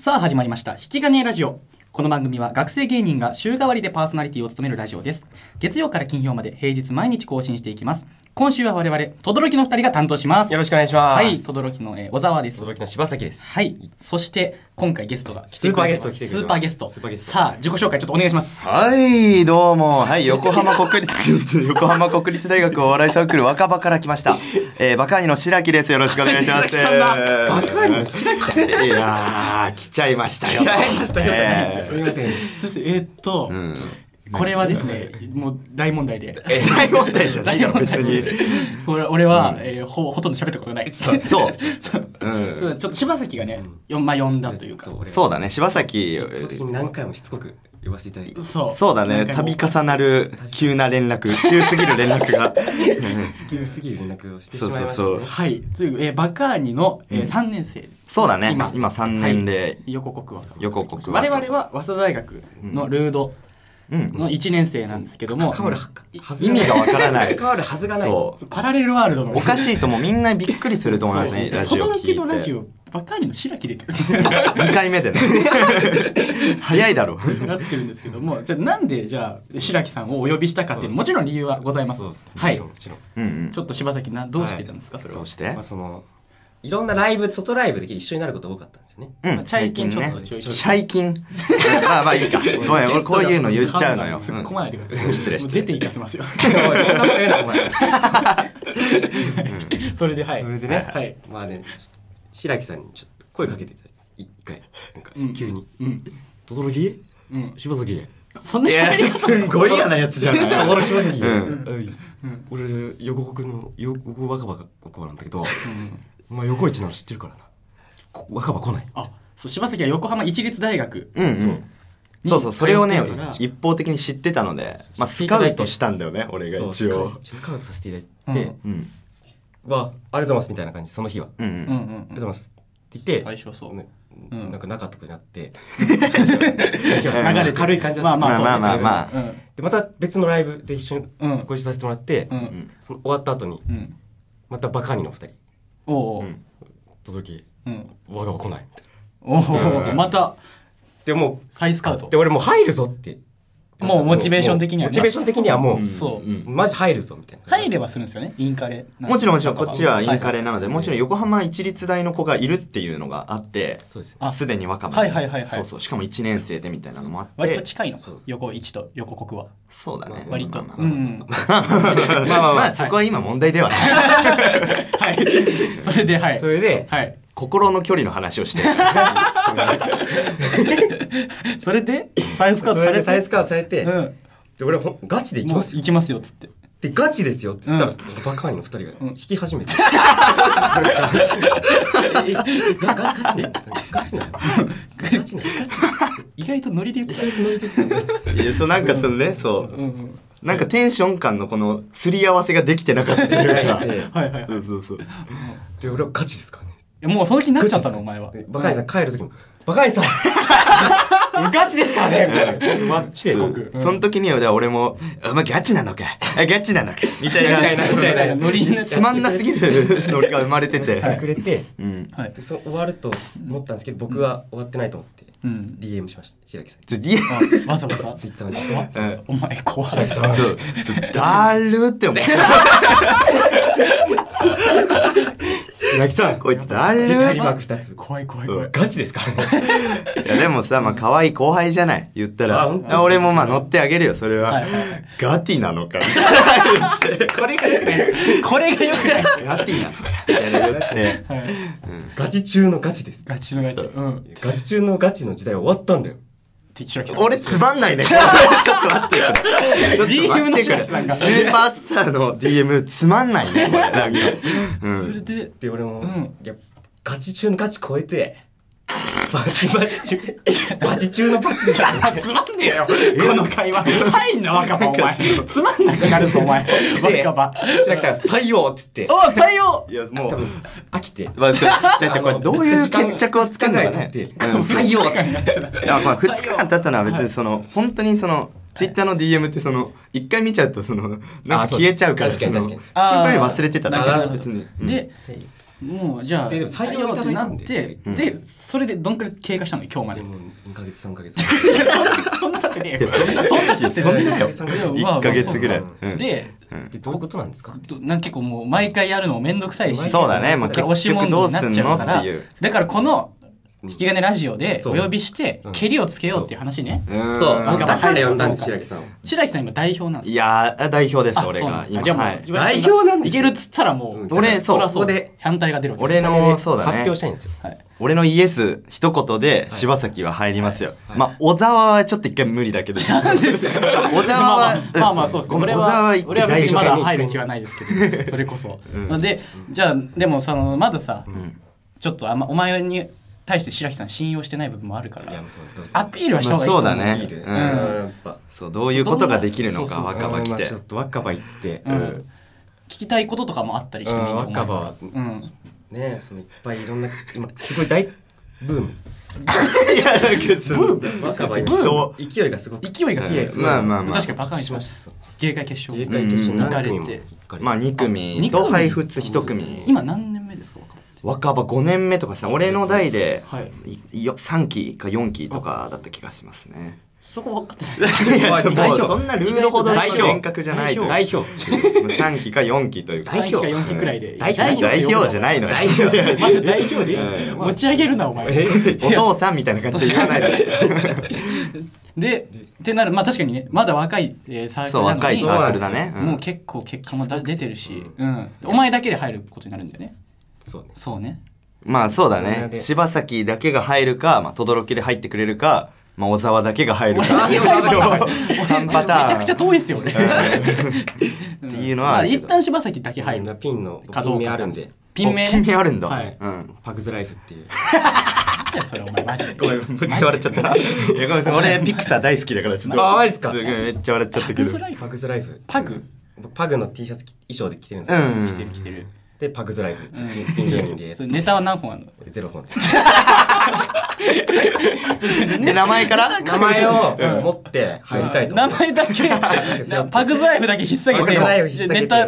さあ始まりました引き金ラジオ。この番組は学生芸人が週替わりでパーソナリティを務めるラジオです。月曜から金曜まで平日毎日更新していきます。今週は我々轟の2人が担当します。 よろしくお願いします。 はい、轟の小沢です。 轟の柴崎です。 はい、そして今回ゲストが来てくれてます。スーパーゲスト。さあ自己紹介ちょっとお願いします。 はい、どうも、はい、横浜国立大学お笑いサークル若葉から来ました。バカーニの白木です。よろしくお願いします。 バカーニの白木さん。 いやー、来ちゃいましたよ。 来ちゃいましたよ。 すみません。 そしてこれはですね、もう大問題で。 大問題じゃないよ、別に。 これ俺は、ほとんど喋ったことない。 そう。 ちょっと柴崎がね、呼んだというか。 そうだね、柴崎。 何回もしつこく呼ばせていただいて。 そうだね、度重なる急な連絡、急すぎる連絡が。 急すぎる連絡をしてしまいましたね。 そう。 はい。という、バカーニの3年生。 そうだね、今3年で。 横国は。我々は早稲田大学のルード。の1年生なんですけども、 意味がわからない。 関わるはずがない。 パラレルワールドのおかしいともみんなびっくりすると思いますね。ラジオ聞いて。 轟のラジオバカーニの白木で 2回目でね。早いだろなってるんですけども、じゃあなんで白木さんをお呼びしたかっていうもちろん理由はございます。はい。ちょっと柴崎どうしてたんですかそれは。 どうして？ いろんなライブ、外ライブで一緒になることが多かったんですよね。 最近ちょっと最近まあいいか。ごめん、俺こういうの言っちゃうのよ。 突っ込まないでください。 失礼。 出ていかせますよ。 そんなこと言うな、お前。 それではい。 それでね。まあね、白木さんにちょっと声かけていただいて、一回、なんか急に。轟？柴崎。 そんな喋り方すごい嫌なやつじゃない？ 轟柴崎。俺、横国の、横若葉なんだけど、お前横一なの知ってるからな。若葉来ない。 そう、柴崎は横浜市立大学。 そう、それをね、一方的に知ってたので、まあ、スカウトしたんだよね、俺が一応。 スカウトさせていただいて、ありがとうございますみたいな感じ、その日は。ありがとうございますって言って、 最初そう。 なんかなかったことになって、 流れ軽い感じだった。 まあ。 で、また別のライブで一緒にご一緒させてもらって、終わった後に、またバカーニの2人。轟、若葉来ないみたいな。 またでも再スカウトで俺もう入るぞってもうモチベーション的にはもうそうマジ入るぞみたいな。 入れはするんですよね、インカレ。 もちろんこっちはインカレなので、もちろん横浜市立大の子がいるっていうのがあって、すでに若葉そうしかも1年生でみたいなのもあって、 割と近いの横1と横国は。 そうだね、 割とまあそこは今問題ではない。 はい、それで心の距離の話をしてそれで再スカウトされて、で俺ガチで行きますよっつって、 でガチですよって言ったら、バカーニの2人が弾き始めて、ガチなの意外とノリで言っていや、そうなんかそのね、そうなんかテンション感のこのすり合わせができてなかったっていうか、そうで俺はガチですからね。 もうその気になっちゃったのお前は。 バカーニさん帰る時もバカーニさんガチですからねみたいな。 その時には俺もお前ガチなのかガチなのかみたいなノリにつまんなすぎるノリが生まれててくれて、で終わると思ったんですけど、僕は終わってないと思ってDM しました、白木さん。 わざわざツイッターでお前怖い。 そうだるって思う。 白木さんこいつだる怖いガチですからね。 いやでもさ、まあ可愛い後輩じゃない言ったら、俺もまあ乗ってあげるよ、それは。ガティなのかこれがよくないガティなのかガチ中のガチです。 ガチのガチ。 ガチ中のガチの時代は終わったんだよ。 俺つまんないね。ちょっと待ってくれ。スーパースターの DM つまんないね。なんか。 それで俺もガチ中のガチ超えて、バチ中のバチでつまんねえよこの会話。入んな若葉お前。つまんなくなるぞお前。若葉。 白木さん採用って言って。 採用。 いやもう飽きて。 これどういう決着をつけるのかね。 採用って。 まあ2日間経ったのは別に本当にツイッターの DM って一回見ちゃうとなんか消えちゃうからシンプルに忘れてただけだ別に。 でもうじゃあで採用ってなって、 でそれでどんくらい経過したの今日まで。 2ヶ月3ヶ月。 そんなだってね。 そんな1ヶ月ぐらい。 でどういうことなんですか？ 結構もう毎回やるのもめんどくさいし、 そうだね、もう押し問答になっちゃうから、だからこの引き金ラジオでお呼びして蹴りをつけようっていう話ね。 そう、だから呼んだんです。白木さん。 白木さん今代表なんです。 いや代表です俺が今。じゃあもう代表なんです。 いけるっつったらもう俺そこで反対が出るわけ。 俺のそうだね。 発表したいんですよ。 俺のイエス一言で柴崎は入りますよ。まあ小沢はちょっと一回無理だけど。 なんですか。 小沢はまあそうですね。俺は別にまだ入る気はないですけど、それこそ。でじゃあでもまださ、ちょっとお前に対して白木さん信用してない部分もあるからアピールはした方がいい。 そうだね。そうどういうことができるのか若葉来て。 ちょっと若葉行って聞きたいこととかもあったりしてね。 若葉はねそのいっぱいいろんな今すごい大ブーム。 いやだけど若葉今勢いがすごく勢いがすごい。 まあ確かにバカにしました。芸会決勝何組もまあ2組と配布1組。 今何年目ですか若葉5年目とかさ、俺の代で3期か4期とかだった気がしますね。 そこ分かってない。 いやそんなルールほど厳格じゃないと。 代表 3期か4期というか。 3期か4期くらいで。 代表じゃないのよ。 代表で持ち上げるなお前。 お父さんみたいな感じで言わないでってなる。まあ確かにねまだ若いサークルなのに。 そう若いサークルだね。 もう結構結果も出てるし、お前だけで入ることになるんだよね。そうね。 まあそうだね。柴崎だけが入るか、まあ轟で入ってくれるか、まあ小沢だけが入るか。3パターン。 めちゃくちゃ遠いですよね。 っていうのは。 まあ一旦柴崎だけ入る。 ピン名あるんで。 ピン名あるんだ。 パグズライフっていう。 いやそれお前マジで。 ごめんめっちゃ笑っちゃった。いやごめん俺ピクサー大好きだからちょっと。 ああいいっすか。 めっちゃ笑っちゃったけど。 パグズライフ。 パグの T シャツ衣装で着てるんですよ。 着てる。 でパグズライフピン芸人で。 ネタは何本あるの ？0本です。 で名前を持って入りたいと。 名前だけパグズライフだけ引っ提げてネタ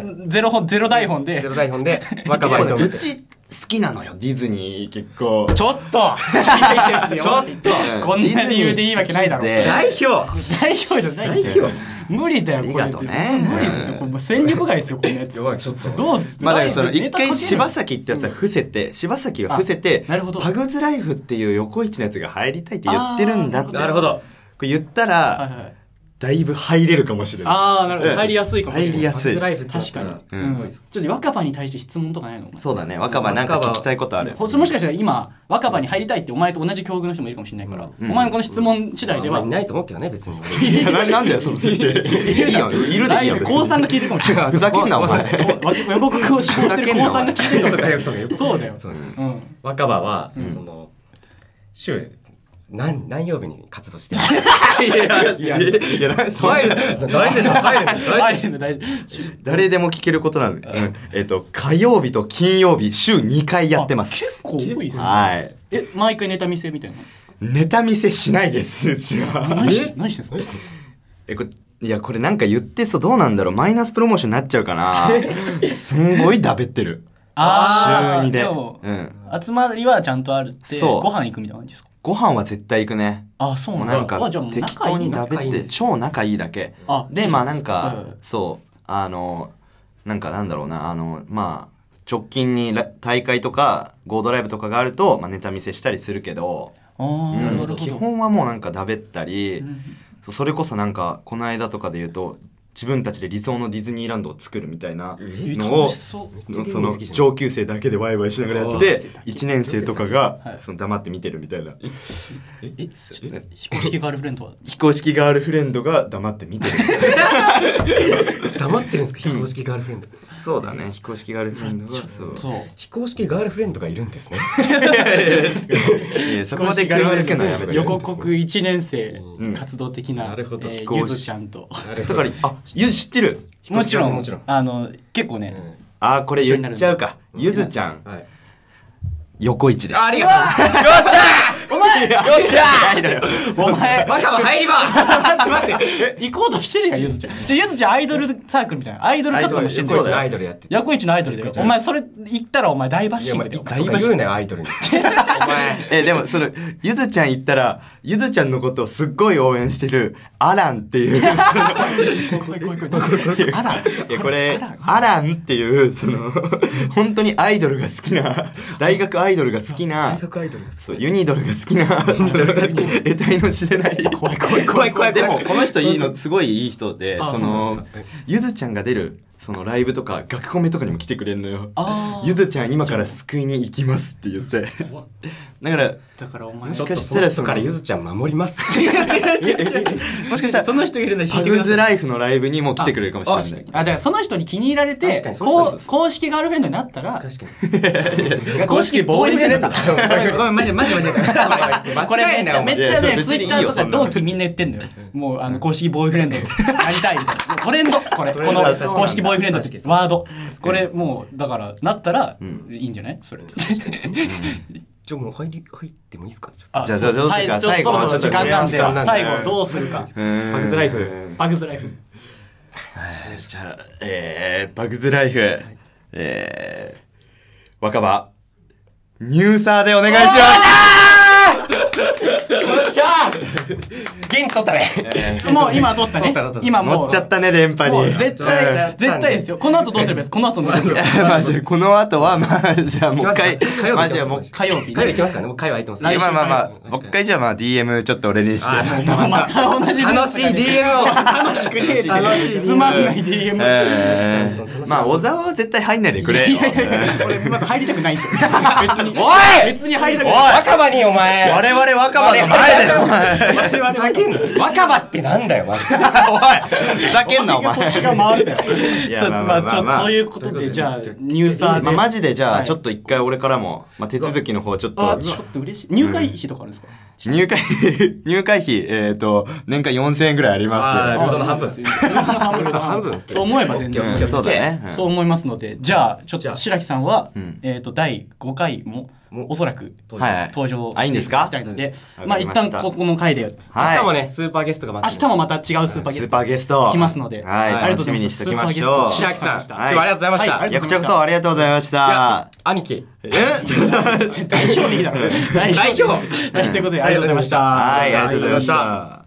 0台本で若葉うち好きなのよディズニー結構。 ちょっとこんな理由でいいわけないだろ。 代表じゃない無理だよ。 ありがとうね。 無理っすよ。これ戦力外ですよこのやつ。 ちょっとどうす。 まあだから一回柴崎ってやつは伏せて柴崎は伏せてパグズライフっていう横一のやつが入りたいって言ってるんだって。 なるほど。 これ言ったらだいぶ入れるかもしれない。 ああなるほど。入りやすいかもしれない。 入りやすい。 確かに。ちょっと若葉に対して質問とかないの？ そうだね。若葉なんか聞きたいことある。 もしかしたら今若葉に入りたいってお前と同じ境遇の人もいるかもしれないから、お前のこの質問次第では。 いないと思うけどね別に。 いやなんだよその設定。いいやんいるでいいやん。 高三が聞いてるかもしれない。 ふざけんなお前。 予告を志向してる高三が聞いてる。そうだよ。 若葉はその週何曜日に活動してる？ いや大丈夫誰でも聞けることなんで。火曜日と金曜日週2回やってます。 結構多いですね。 はい。 毎回ネタ見せみたいなんですか？ ネタ見せしないですうちは。 何してんですか？ いやこれなんか言ってどうなんだろうマイナスプロモーションになっちゃうかな。すんごいだべってる。週2で。 集まりはちゃんとあるってご飯行くみたいな感じですか？ ご飯は絶対行くね。 あ、そうなんだ。 なんか適当に食べて超仲いいだけで、まあなんかそうなんかなんだろうなまあ直近に大会とかゴードライブとかがあると、まあ、ネタ見せしたりするけど、基本はもうなんかだべったり、それこそなんかこの間とかで言うと自分たちで理想のディズニーランドを作るみたいなのをその上級生だけでワイワイしながらやって1年生とかがその黙って見てるみたいな。 非公式ガールフレンドは非公式ガールフレンドが黙って見てる黙ってるんですか非公式ガールフレンド。 そうだね非公式ガールフレンドが非公式ガールフレンドがいるんですね。 そこまでガールつけないやめて。 横国1年生活動的なゆずちゃんとだからゆず知ってる？ もちろん結構ねこれ言っちゃうかゆずちゃん横一です。 ありがとう。よっしゃお前っしゃーお前バカは入りま待って行こうとしてるやんゆずちゃん。ゆずちゃんアイドルサークルみたいなアイドル活動もしてんだよ。 アイドルやってヤコイチのアイドルだよ。お前それ言ったらお前大バッシングだよ。 大バッシング言うなよアイドルに。お前でもそのゆずちゃん言ったらゆずちゃんのことをすっごい応援してるアランっていうアランいやこれアランっていうその本当にアイドルが好きな大学アイドルが好きなそうユニドルが好きな得体の知れない怖いでもこの人いいのすごいいい人でそのゆずちゃんが出るそのライブとか学コメとかにも来てくれるのよ。ゆずちゃん今から救いに行きますって言ってだからお前もしかしたらそからゆずちゃん守ります違うもしかしたらその人がいるのに弾いてください。パグズライフのライブにも来てくれるかもしれない。 だからその人に気に入られて公式ガールフレンドになったら公式ボーイフレンドごめんマジこれめっちゃねツイッターとか同期みんな言ってんのよ。もう公式ボーイフレンドになりたいみたいなトレンドこの公式ボーイフレンドってワードこれもうだからなったらいいんじゃないそれ。 じゃあもう入ってもいいですか。 じゃあどうするか最後ちょっと時間なんで最後どうするか。 パグズライフじゃあパグズライフ若葉ニューサーでお願いします。 よっしゃー現地取ったね。 もう今取ったね。今もう乗っちゃったね電波に。 絶対ですよ。この後どうすればいいですか。この後この後はじゃあもう一回火曜日行きますかね。もう会話空いてます。 もう一回じゃあDM ちょっと俺にして。 また同じ楽しい DM を楽しくねえ楽しいつまんない DM。 小沢は絶対入んないでくれ。 俺まず入りたくないんですよ。別に入りたくない。 若葉にお前。 我々若葉の前でお前。 若葉ってなんだよマジで。おいふざけんなお前。 そっちが回るんだよ。いやまあということでじゃあニューサーでマジでじゃあちょっと一回俺からも手続きの方ちょっと嬉しい。入会費とかあるんですか。 入会費年間4000円ぐらいあります。 労働の半分と思えば全然そうだねと思いますので、じゃあちょっと白木さんは第5回もおそらく登場していきたいので、まあ一旦ここの回で明日もねスーパーゲストが明日もまた違うスーパーゲスト来ますので、 楽しみにしておきましょう。 白木さん今日はありがとうございました。 こちらこそありがとうございました。 兄貴代表でいいだろ。代表ということでありがとうございました。 はい、ありがとうございました。